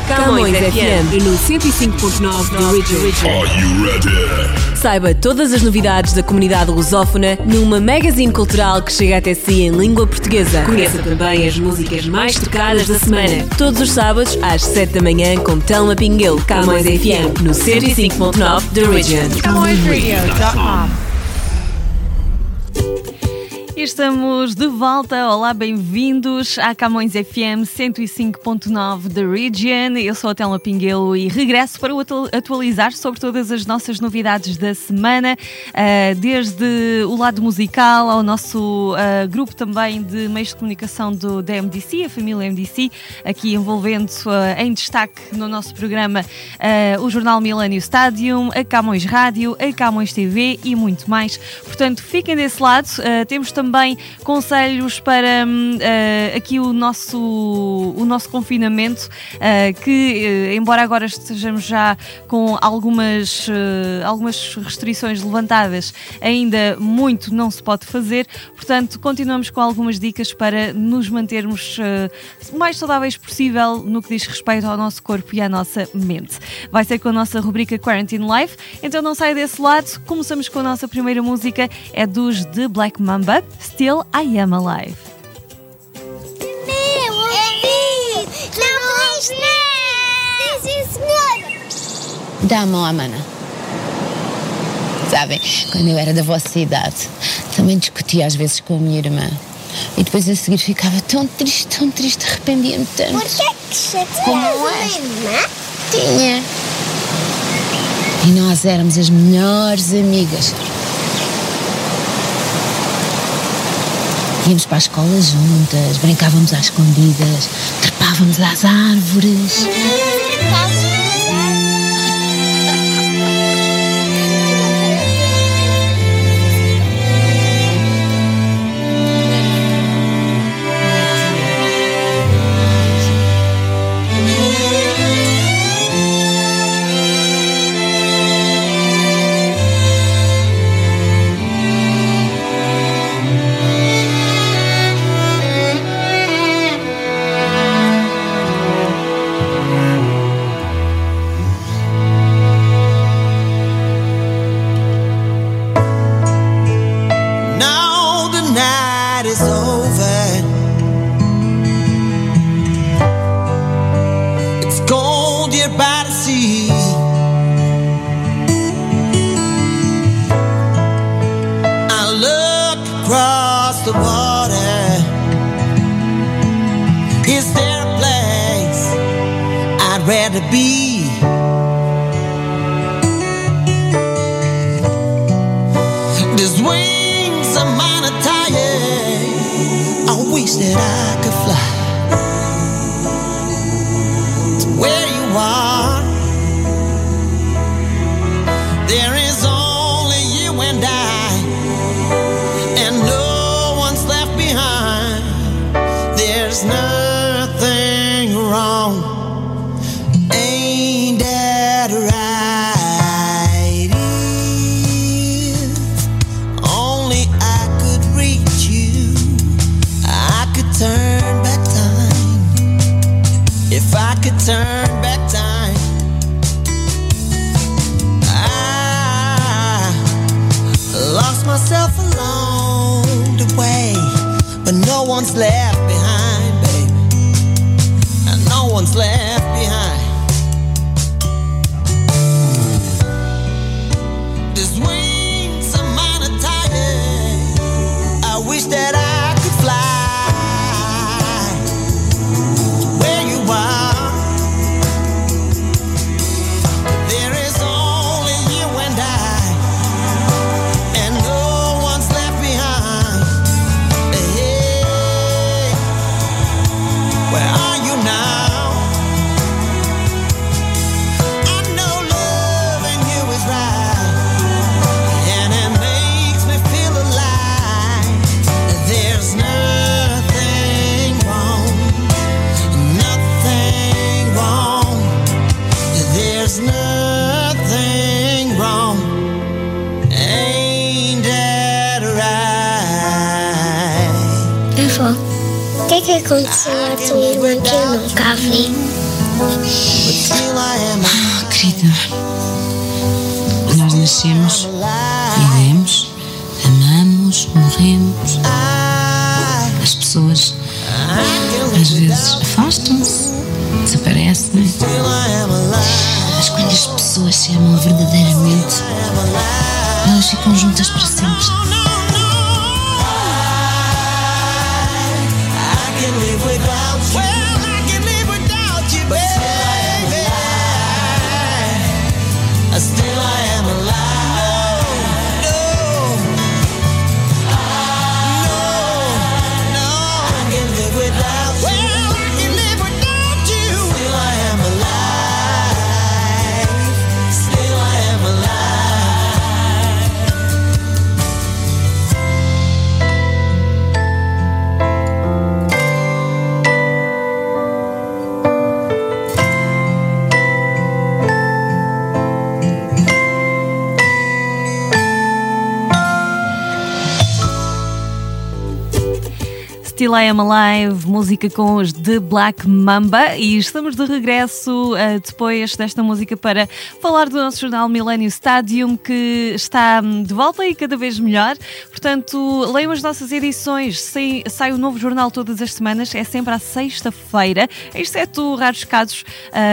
Camões FM e no 105.9 da Region. Are you ready? Saiba todas as novidades da comunidade lusófona numa magazine cultural que chega até si em língua portuguesa. Conheça também as músicas mais tocadas da semana. Todos os sábados às 7 da manhã com Telma Pinguel. Camões FM no 105.9 da Region. CamõesRadio.com. Estamos de volta, olá, bem-vindos à Camões FM 105.9 da Region. Eu sou a Telma Pinguelo e regresso para atualizar sobre todas as nossas novidades da semana, desde o lado musical ao nosso grupo também de meios de comunicação da MDC, a família MDC, aqui envolvendo em destaque no nosso programa o Jornal Millennium Stadium, a Camões Rádio, a Camões TV e muito mais. Portanto, fiquem desse lado. Temos também conselhos para aqui o nosso confinamento, que embora agora estejamos já com algumas restrições levantadas, ainda muito não se pode fazer, portanto continuamos com algumas dicas para nos mantermos o mais saudáveis possível no que diz respeito ao nosso corpo e à nossa mente. Vai ser com a nossa rubrica Quarantine Life, então não saia desse lado. Começamos com a nossa primeira música, é dos The Black Mamba, Still I Am Alive. Meu, ouvi! Não diz nada! Diz isso, senhora! Dá a mão à mana. Sabem, quando eu era da vossa idade, também discutia às vezes com a minha irmã. E depois a seguir ficava tão triste, arrependia-me tanto. Porquê que chateava uma irmã? Tinha. E nós éramos as melhores amigas. Íamos para a escola juntas, brincávamos às escondidas, trepávamos às árvores. O que é que aconteceu à tua irmã que eu nunca vi? Querida, nós nascemos, vivemos, amamos, morremos. As pessoas às vezes afastam-se, desaparecem. Mas quando as pessoas se amam verdadeiramente, elas ficam juntas para sempre. Still I Am Alive, música com os The Black Mamba, e estamos de regresso depois desta música para falar do nosso jornal Millennium Stadium, que está de volta e cada vez melhor. Portanto, leiam as nossas edições, sai um novo jornal todas as semanas, é sempre à sexta-feira, exceto raros casos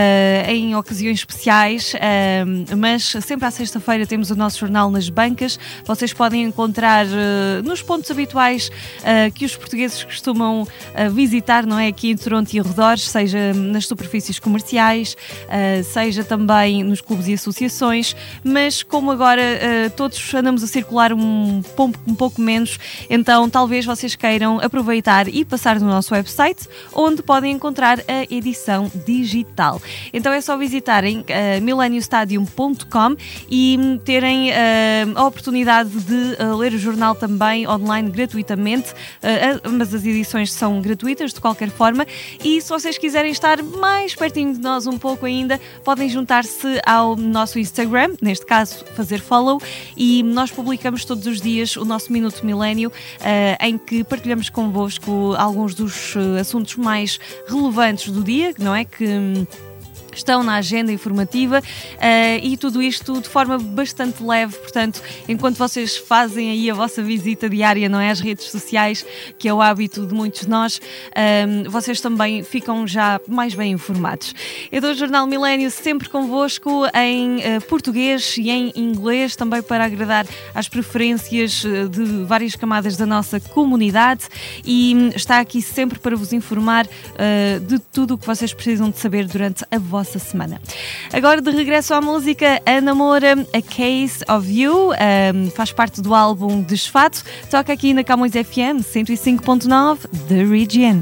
em ocasiões especiais, mas sempre à sexta-feira temos o nosso jornal nas bancas. Vocês podem encontrar nos pontos habituais que os portugueses costumam visitar, não é? Aqui em Toronto e arredores, seja nas superfícies comerciais, seja também nos clubes e associações, mas como agora todos andamos a circular um pouco menos, então talvez vocês queiram aproveitar e passar no nosso website, onde podem encontrar a edição digital. Então é só visitarem millenniumstadium.com e terem a oportunidade de ler o jornal também online gratuitamente, mas as edições são gratuitas de qualquer forma, e se vocês quiserem estar mais pertinho de nós um pouco ainda, podem juntar-se ao nosso Instagram, neste caso fazer follow, e nós publicamos todos os dias o nosso Minuto Milênio, em que partilhamos convosco alguns dos assuntos mais relevantes do dia, não é? Que estão na agenda informativa, e tudo isto de forma bastante leve. Portanto, enquanto vocês fazem aí a vossa visita diária, não é, às redes sociais, que é o hábito de muitos de nós, vocês também ficam já mais bem informados. Eu dou o Jornal Milênio sempre convosco em português e em inglês, também para agradar às preferências de várias camadas da nossa comunidade, e está aqui sempre para vos informar de tudo o que vocês precisam de saber durante a vossa semana. Agora, de regresso à música, Ana Moura, A Case of You, faz parte do álbum Desfato, toca aqui na Camões FM 105.9 The Region.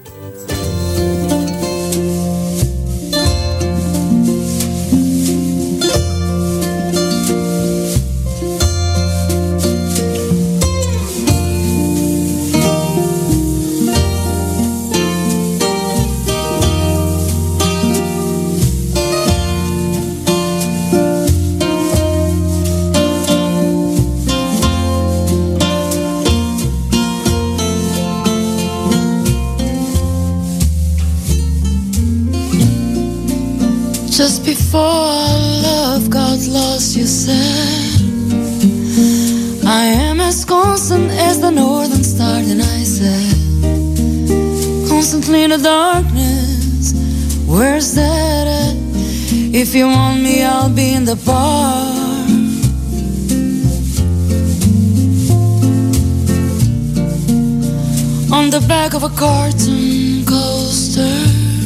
Just before our love got lost, you said, I am as constant as the northern star. And I said, constantly in the darkness, where's that at? If you want me, I'll be in the bar. On the back of a cartoon coaster,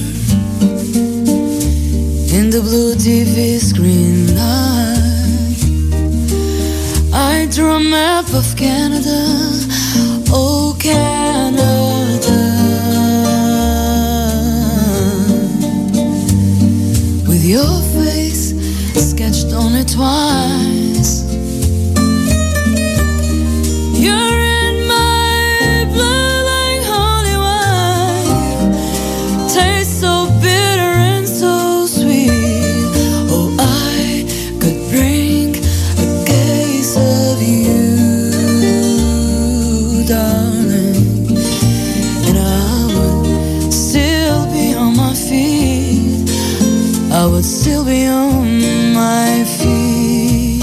in the blue TV screen light, I drew a map of Canada, oh Canada, with your face sketched on it twice. You're in my blood like holy wine, tastes so bitter and so sweet. Oh, I could bring a case of you, darling, and I would still be on my feet. I I would still be on my feet.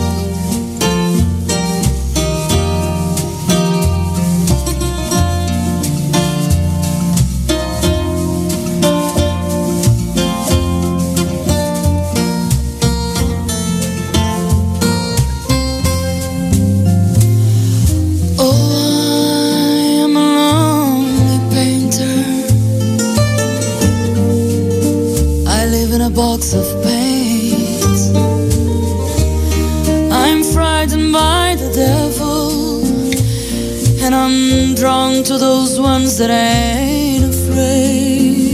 Box of paints. I'm frightened by the devil, and I'm drawn to those ones that ain't afraid.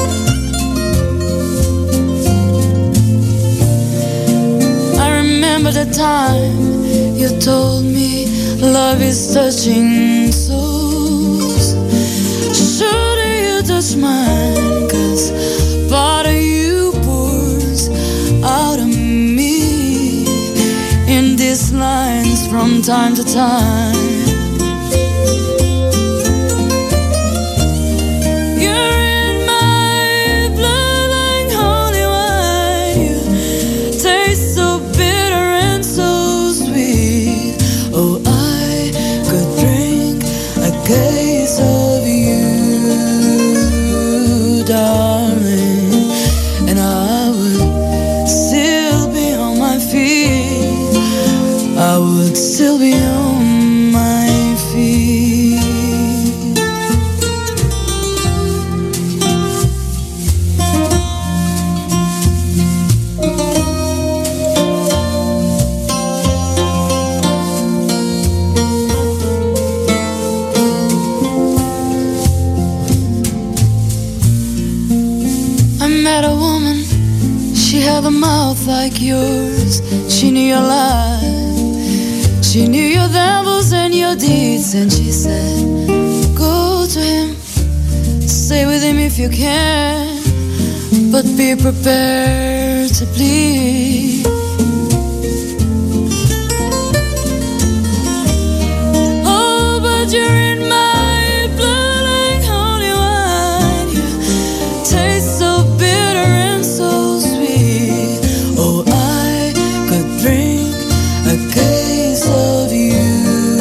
I remember the time you told me love is touching souls. Should you touch mine? 'Cause part of you out of me in these lines from time to time. You're in my blood like holy wine. You taste so bitter and so sweet. Oh, I could drink a case of you, darling, and I would still be on my feet. I would still be on my feet. I met a woman. She had a mouth like yours. She knew your life. She knew your devils and your deeds. And she said, go to him, stay with him if you can, but be prepared to bleed. Oh, but you're in my blood like holy wine. You taste so bitter and so sweet. Oh, I could drink a case of you,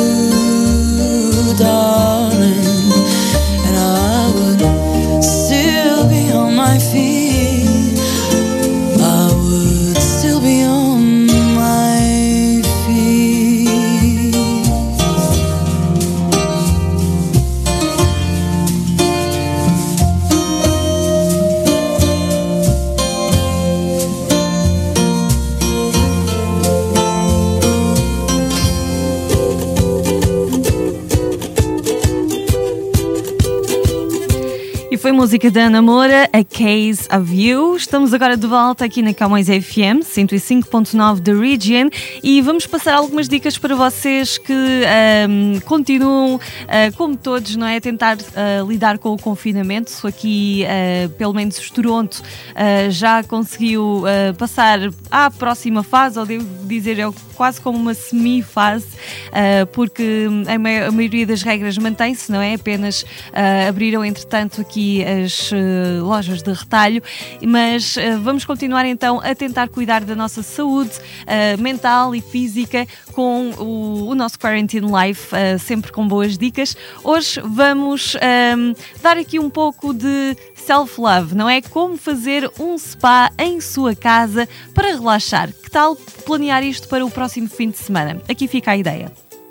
darling, and I would still be on my feet. I would still be on my feet. E foi música da Ana Moura, A Case of You. Estamos agora de volta aqui na Camões FM 105.9 da Region e vamos passar algumas dicas para vocês que continuam, como todos, não é, a tentar lidar com o confinamento. Aqui, pelo menos Toronto, já conseguiu passar à próxima fase, ou devo dizer, é quase como uma semi-fase, porque a maioria das regras mantém-se, não é? Apenas abriram, entretanto, aqui as lojas de retalho, mas vamos continuar então a tentar cuidar da nossa saúde mental e física com o nosso Quarantine Life, sempre com boas dicas. Hoje vamos dar aqui um pouco de self-love, não é? Como fazer um spa em sua casa para relaxar. Que tal planear isto para o próximo fim de semana? Aqui fica a ideia.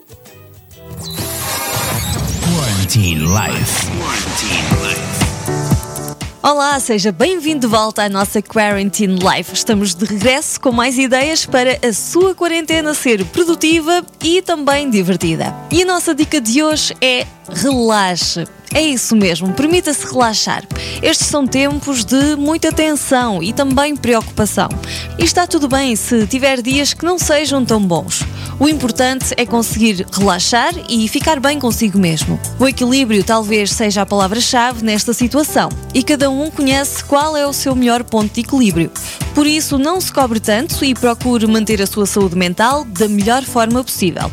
Quarantine Life. Olá, seja bem-vindo de volta à nossa Quarantine Life. Estamos de regresso com mais ideias para a sua quarentena ser produtiva e também divertida. E a nossa dica de hoje é relaxe. É isso mesmo, permita-se relaxar. Estes são tempos de muita tensão e também preocupação. E está tudo bem se tiver dias que não sejam tão bons. O importante é conseguir relaxar e ficar bem consigo mesmo. O equilíbrio talvez seja a palavra-chave nesta situação e cada um conhece qual é o seu melhor ponto de equilíbrio. Por isso, não se cobre tanto e procure manter a sua saúde mental da melhor forma possível.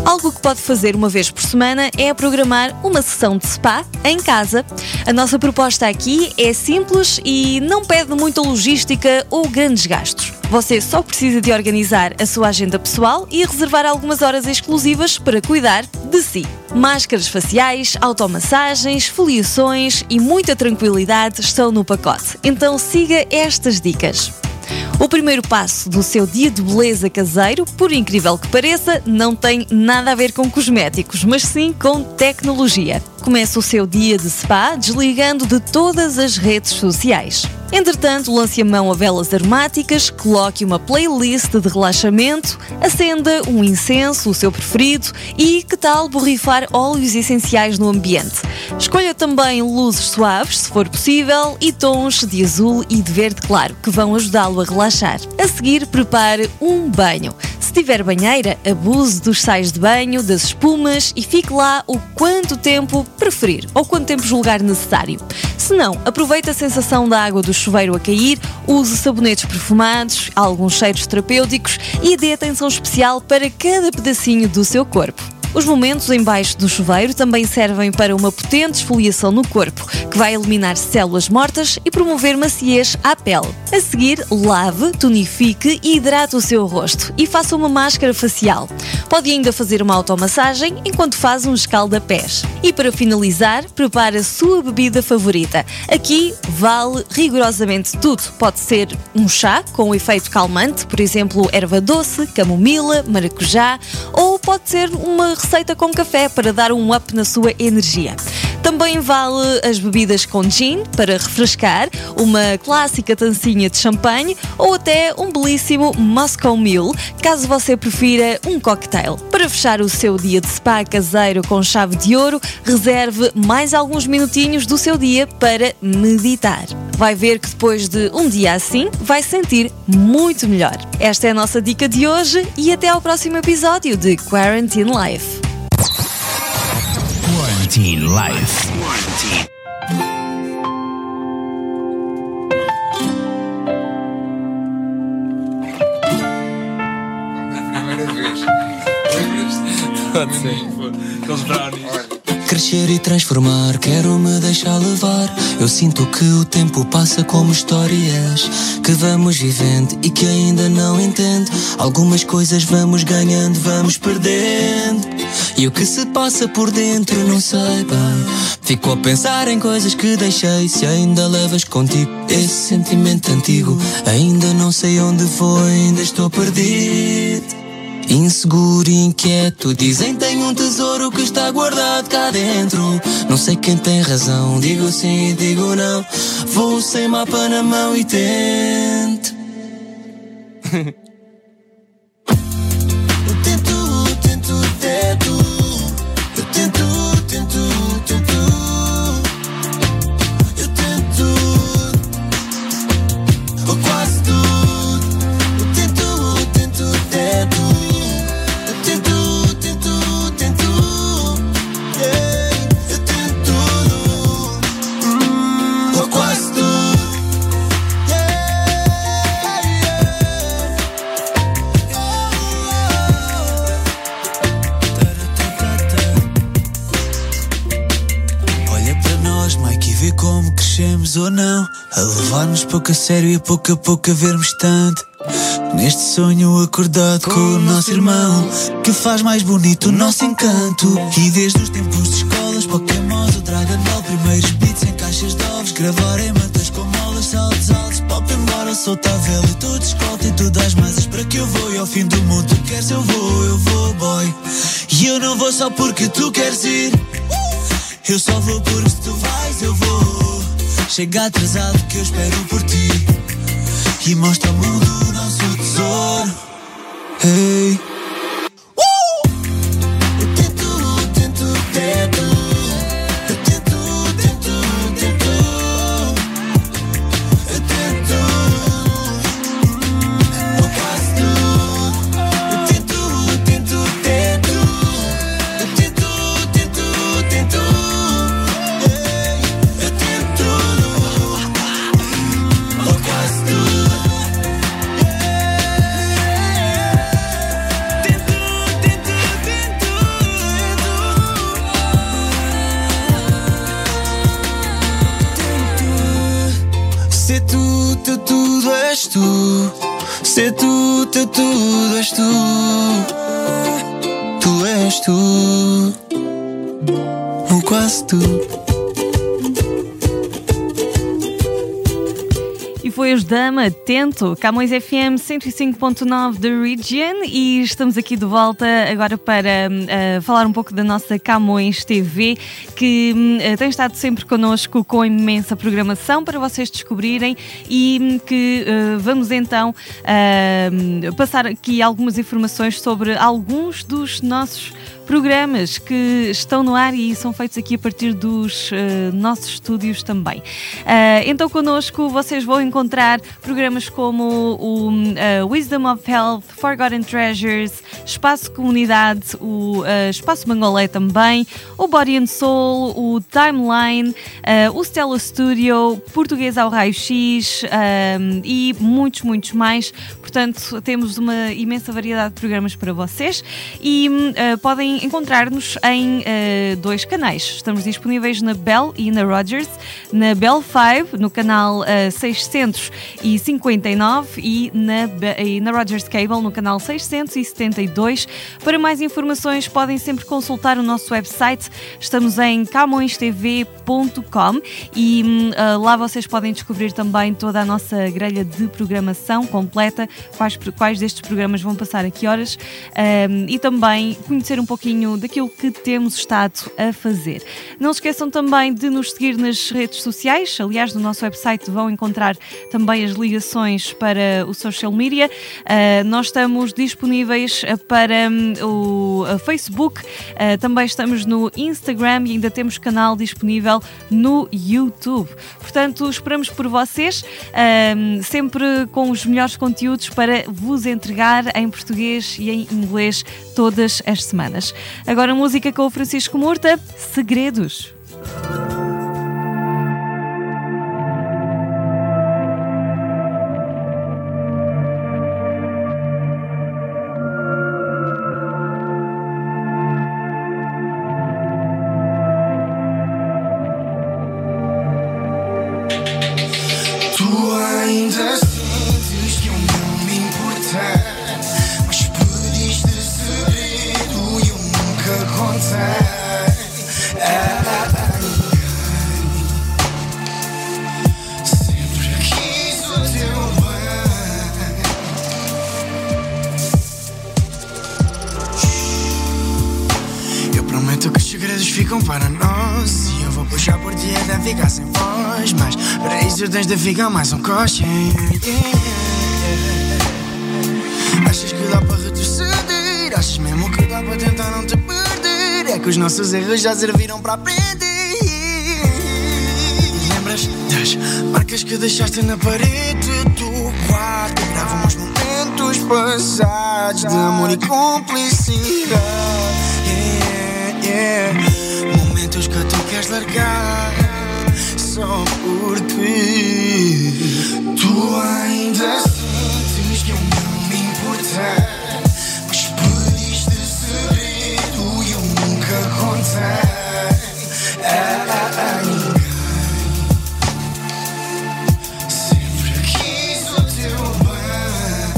Algo que pode fazer uma vez por semana é programar uma sessão de spa em casa. A nossa proposta aqui é simples e não pede muita logística ou grandes gastos. Você só precisa de organizar a sua agenda pessoal e reservar algumas horas exclusivas para cuidar de si. Máscaras faciais, automassagens, foliações e muita tranquilidade estão no pacote. Então siga estas dicas. O primeiro passo do seu dia de beleza caseiro, por incrível que pareça, não tem nada a ver com cosméticos, mas sim com tecnologia. Comece o seu dia de spa desligando de todas as redes sociais. Entretanto, lance a mão a velas aromáticas, coloque uma playlist de relaxamento, acenda um incenso, o seu preferido, e que tal borrifar óleos essenciais no ambiente? Escolha também luzes suaves, se for possível, e tons de azul e de verde claro, que vão ajudá-lo a relaxar. A seguir, prepare um banho. Se tiver banheira, abuse dos sais de banho, das espumas e fique lá o quanto tempo preferir ou quanto tempo julgar necessário. Se não, aproveite a sensação da água do chuveiro a cair, use sabonetes perfumados, alguns cheiros terapêuticos e dê atenção especial para cada pedacinho do seu corpo. Os momentos embaixo do chuveiro também servem para uma potente esfoliação no corpo, que vai eliminar células mortas e promover maciez à pele. A seguir, lave, tonifique e hidrate o seu rosto e faça uma máscara facial. Pode ainda fazer uma automassagem enquanto faz um escalda-pés. E para finalizar, prepare a sua bebida favorita. Aqui vale rigorosamente tudo. Pode ser um chá com efeito calmante, por exemplo, erva doce, camomila, maracujá, ou pode ser uma receita com café para dar um up na sua energia. Também vale as bebidas com gin para refrescar, uma clássica tacinha de champanhe ou até um belíssimo Moscow Mule, caso você prefira um cocktail. Para fechar o seu dia de spa caseiro com chave de ouro, reserve mais alguns minutinhos do seu dia para meditar. Vai ver que depois de um dia assim, vai sentir muito melhor. Esta é a nossa dica de hoje e até ao próximo episódio de Quarantine Life. Quarantine Life. Pode ser. Aqueles brownies. Crescer e transformar, quero me deixar levar. Eu sinto que o tempo passa como histórias que vamos vivendo e que ainda não entendo. Algumas coisas vamos ganhando, vamos perdendo. E o que se passa por dentro não sei bem. Fico a pensar em coisas que deixei. Se ainda levas contigo esse sentimento antigo, ainda não sei onde vou, ainda estou perdido. Inseguro e inquieto, dizem que tenho um tesouro que está guardado cá dentro. Não sei quem tem razão, digo sim e digo não. Vou sem mapa na mão e tento. Eu tento. Eu tento. Eu tento. Ou quase tudo. Eu tento. Como crescemos ou não, a levar-nos pouco a sério e a pouco a vermos tanto. Neste sonho acordado com o nosso irmão, que faz mais bonito o nosso encanto. E desde os tempos de escolas, Pokémon, o Dragon Ball, primeiros beats em caixas de ovos, gravar em mantas com molas, saltos altos, pop embora, solta a vela e tudo escolta e tu dás masas para que eu vou. E ao fim do mundo tu queres, eu vou, boy. E eu não vou só porque tu queres ir, eu só vou porque se tu vais eu vou. Chega atrasado que eu espero por ti e mostra ao mundo o nosso tesouro. Hey. Eu tento. Eu tento. Eu faço tudo. Eu tento. Eu quase tudo. tu. Ser tu, teu tudo és tu. Tu és tu. Ou quase tu. E foi os Dama, Atento, Camões FM 105.9 da Region, e estamos aqui de volta agora para falar um pouco da nossa Camões TV, que tem estado sempre connosco com imensa programação para vocês descobrirem, e que vamos então passar aqui algumas informações sobre alguns dos nossos programas que estão no ar e são feitos aqui a partir dos nossos estúdios também. Então connosco vocês vão encontrar programas como o Wisdom of Health, Forgotten Treasures, Espaço Comunidade, o Espaço Mangolé também, o Body and Soul, o Timeline, o Stella Studio, Português ao Raio-X e muitos, muitos mais. Portanto, temos uma imensa variedade de programas para vocês e podem encontrar-nos em dois canais. Estamos disponíveis na Bell e na Rogers. Na Bell 5, no canal 659 e na Rogers Cable, no canal 672. Para mais informações, podem sempre consultar o nosso website. Estamos em camõestv.com e lá vocês podem descobrir também toda a nossa grelha de programação completa, quais destes programas vão passar a que horas, e também conhecer um pouquinho daquilo que temos estado a fazer. Não se esqueçam também de nos seguir nas redes sociais. Aliás, no nosso website vão encontrar também as ligações para o social media. Nós estamos disponíveis para o Facebook, também estamos no Instagram e ainda temos canal disponível no YouTube. Portanto, esperamos por vocês, sempre com os melhores conteúdos para vos entregar em português e em inglês todas as semanas. Agora música com o Francisco Murta, Segredos. Tu ainda sentes que eu não me importei, mas pediste segredo e eu nunca contei a ninguém. Sempre quis o teu bem. Eu prometo que os segredos ficam para nós, e eu vou puxar por ti até ficar sem voz, mas para isso tens de ficar mais um coche. Achas que dá para retroceder? Achas mesmo que dá para tentar não te perder? É que os nossos erros já serviram para aprender. Lembras das marcas que deixaste na parede do quarto? Gravam os momentos passados de amor e cumplicidade. Momentos que tu queres largar só porque tu ainda sentes que eu não me importei, mas pediste segredo e eu nunca contei a ninguém. Sempre quis o teu bem.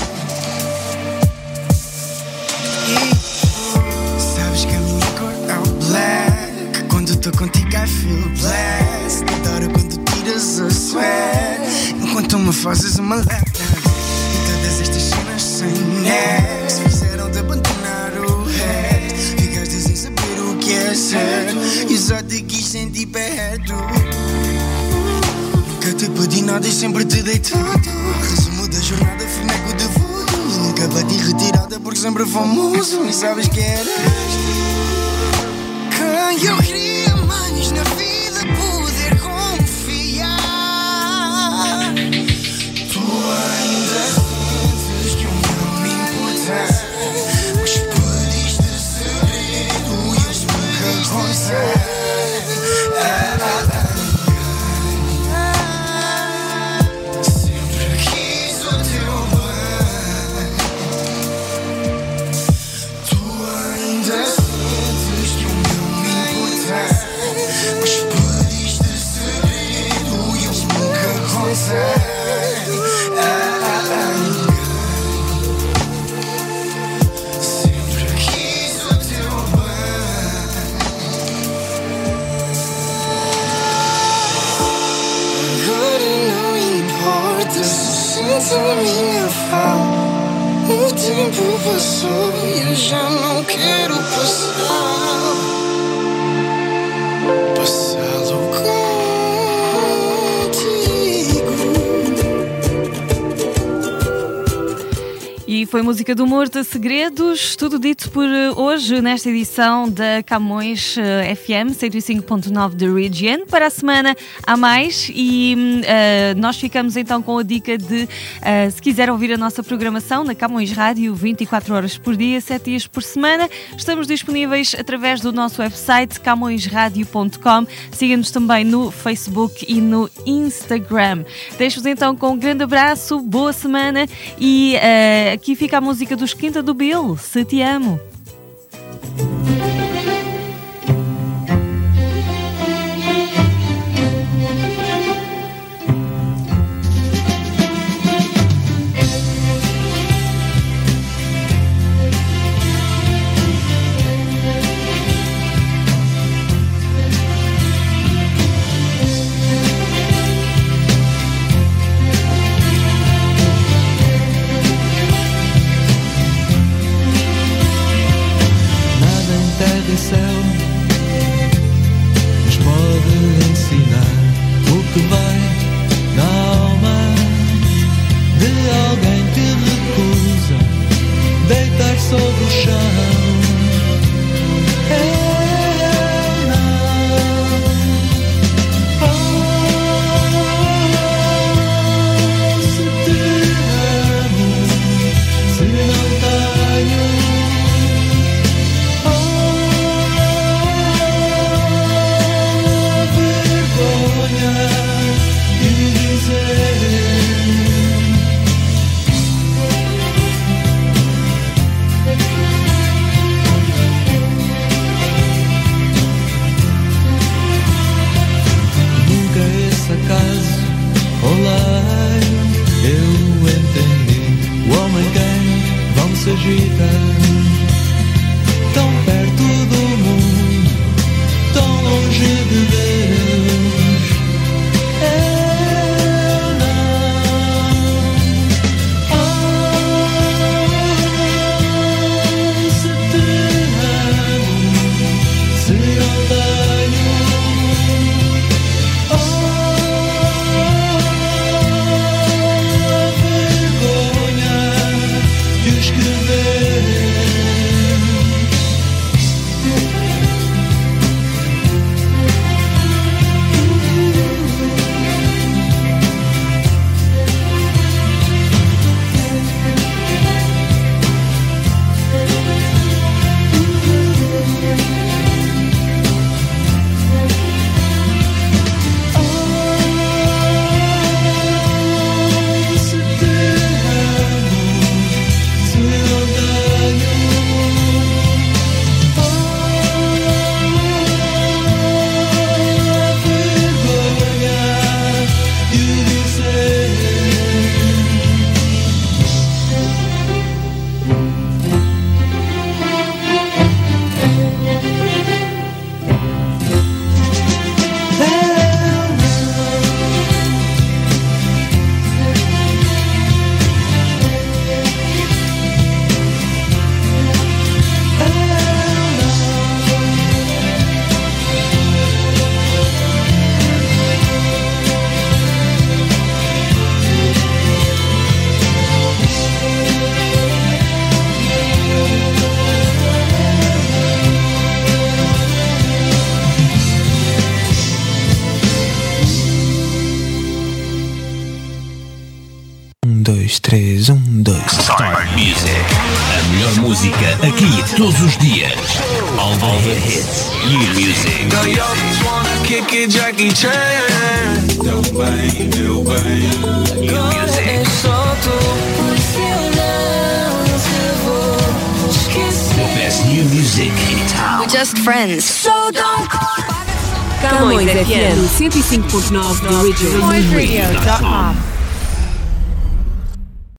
E sabes que a minha cor é o black. Quando estou contigo I feel blessed. Adoro quando tiras a sweat enquanto me fazes uma lap dance. E todas estas cenas sem next fizeram-te abandonar o resto. Ficaste sem saber o que é certo e só te quis sentir perto. Nunca te pedi nada e sempre te dei tudo. Resumo da jornada, fineco de voodoo. Nunca bati retirada porque sempre famoso. E sabes que eras quem eu queria mais na vida poder confiar. Tu ainda sentes que eu não me importei, mas pediste segredo e eu nunca contei a ninguém. Sempre quis o teu bem. Tu ainda sentes que eu não me importei, mas pediste Pensa na minha falta. O tempo passou e eu já não quero passá-lo contigo. E foi música do Morto, Segredos, tudo dito por hoje nesta edição da Camões FM 105.9 da Region. Para a semana há mais e nós ficamos então com a dica de, se quiser ouvir a nossa programação na Camões Rádio 24 horas por dia, 7 dias por semana, estamos disponíveis através do nosso website camõesradio.com. Siga-nos também no Facebook e no Instagram. Deixo-vos então com um grande abraço, boa semana e aqui fica a música dos Quinta do Bill, Se Te Amo. Nos pode ensinar o que vai na alma de alguém que recusa deitar sobre o chão. Eu não. Se te amo, se não tenho. Eu entendi, o homem quem vão se agitar, tão perto do mundo, tão longe de Deus. Eu não. Se te amo, se não tenho. Start Music. A melhor música aqui todos os dias. All the hits. New music. Meu bem. New music. The best new music in town. We're just friends. So don't call. Camões FM 105.9 The Region. CamõesRadio.com